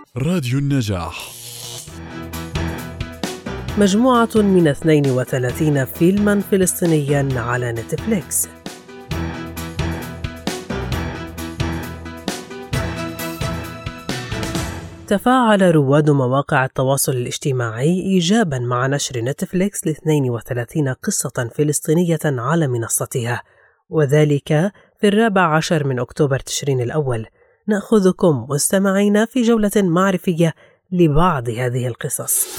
راديو النجاح. مجموعة من 32 فيلماً فلسطينياً على نتفليكس. تفاعل رواد مواقع التواصل الاجتماعي إيجاباً مع نشر نتفليكس ل 32 قصة فلسطينية على منصتها، وذلك في 14 من أكتوبر تشرين الأول. نأخذكم مستمعينا في جولة معرفية لبعض هذه القصص.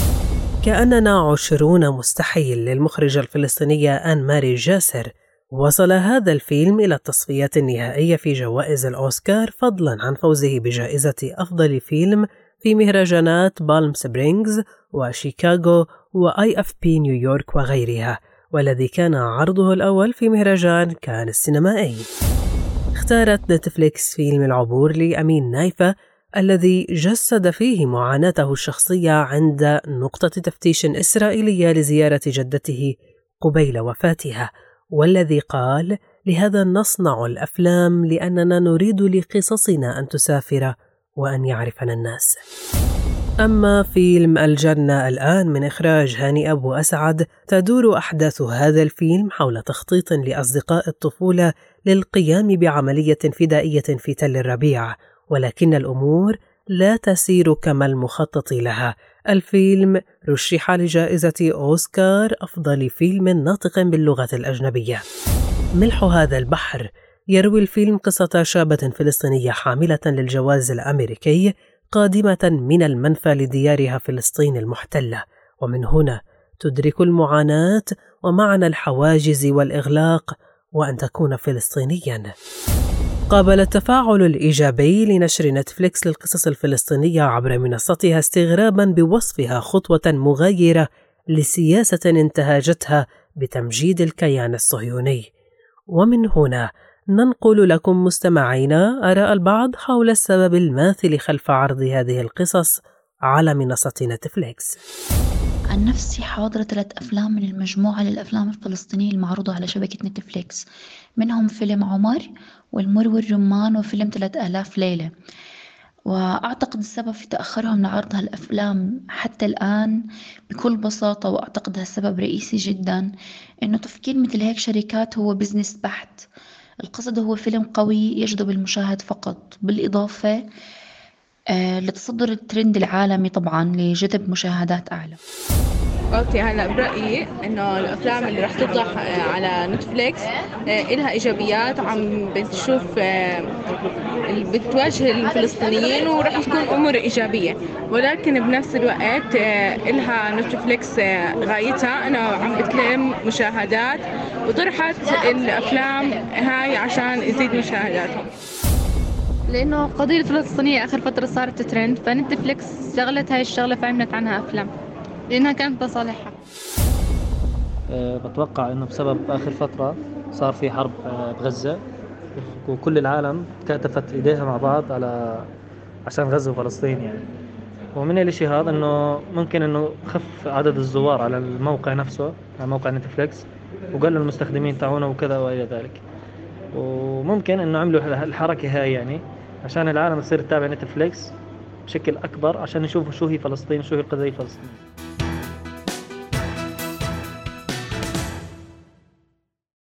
كأننا 20 مستحيل للمخرجة الفلسطينية آن ماري جاسر. وصل هذا الفيلم إلى التصفيات النهائية في جوائز الأوسكار، فضلاً عن فوزه بجائزة أفضل فيلم في مهرجانات بالم سبرينغز وشيكاغو وآي أف بي نيويورك وغيرها، والذي كان عرضه الأول في مهرجان كان السينمائي. اختارت نتفليكس فيلم العبور لأمين نايفة، الذي جسد فيه معاناته الشخصية عند نقطة تفتيش إسرائيلية لزيارة جدته قبيل وفاتها، والذي قال: لهذا نصنع الأفلام، لأننا نريد لقصصنا أن تسافر وأن يعرفنا الناس. أما فيلم الجنة الآن من إخراج هاني أبو أسعد، تدور أحداث هذا الفيلم حول تخطيط لأصدقاء الطفولة للقيام بعملية فدائية في تل الربيع، ولكن الأمور لا تسير كما المخطط لها. الفيلم رشح لجائزة أوسكار أفضل فيلم ناطق باللغة الأجنبية. ملح هذا البحر يروي الفيلم قصة شابة فلسطينية حاملة للجواز الأمريكي قادمة من المنفى لديارها فلسطين المحتلة، ومن هنا تدرك المعاناة ومعنى الحواجز والإغلاق وأن تكون فلسطينياً. قابل التفاعل الإيجابي لنشر نتفليكس للقصص الفلسطينية عبر منصتها استغراباً بوصفها خطوة مغايرة لسياسة انتهجتها بتمجيد الكيان الصهيوني. ومن هنا ننقل لكم مستمعينا آراء البعض حول السبب الماثل خلف عرض هذه القصص على منصة نتفليكس. عن نفسي حاضرة 3 أفلام من المجموعة للأفلام الفلسطينية المعروضة على شبكة نتفليكس، منهم فيلم عمر والمر والرمان وفيلم 3000 ليلة. وأعتقد السبب في تأخرهم لعرض هالأفلام حتى الآن بكل بساطة، وأعتقد السبب رئيسي جدا، إنه تفكير مثل هيك شركات هو بزنس بحت. القصد هو فيلم قوي يجذب المشاهد فقط، بالإضافة لتصدر الترند العالمي طبعا لجذب مشاهدات أعلى. اوكي، هلا برأيي انه الافلام اللي رح تطلع على نتفليكس إلها ايجابيات، عم بتشوف بتواجه الفلسطينيين ورح تكون امور ايجابيه، ولكن بنفس الوقت إلها نتفليكس غايتها انه عم بتلم مشاهدات، وطرحت الافلام هاي عشان يزيد مشاهداتهم. لأنه القضية الفلسطينية آخر فترة صارت ترند، فنتفليكس استغلت هاي الشغلة فعملت عنها أفلام لأنها كانت بصالحها. بتوقع إنه بسبب آخر فترة صار في حرب بغزة، وكل العالم كاتفت إيديها مع بعض عشان غزة وفلسطين يعني. ومن الاشي هذا إنه ممكن إنه خف عدد الزوار على الموقع نفسه، على موقع نتفليكس، وقل المستخدمين تاعونه وكذا وإلى ذلك. وممكن إنه عملوا الحركة هاي يعني عشان العالم تصير تتابع نتفليكس بشكل أكبر، عشان يشوفوا شو هي فلسطين، شو هي القضية الفلسطينية.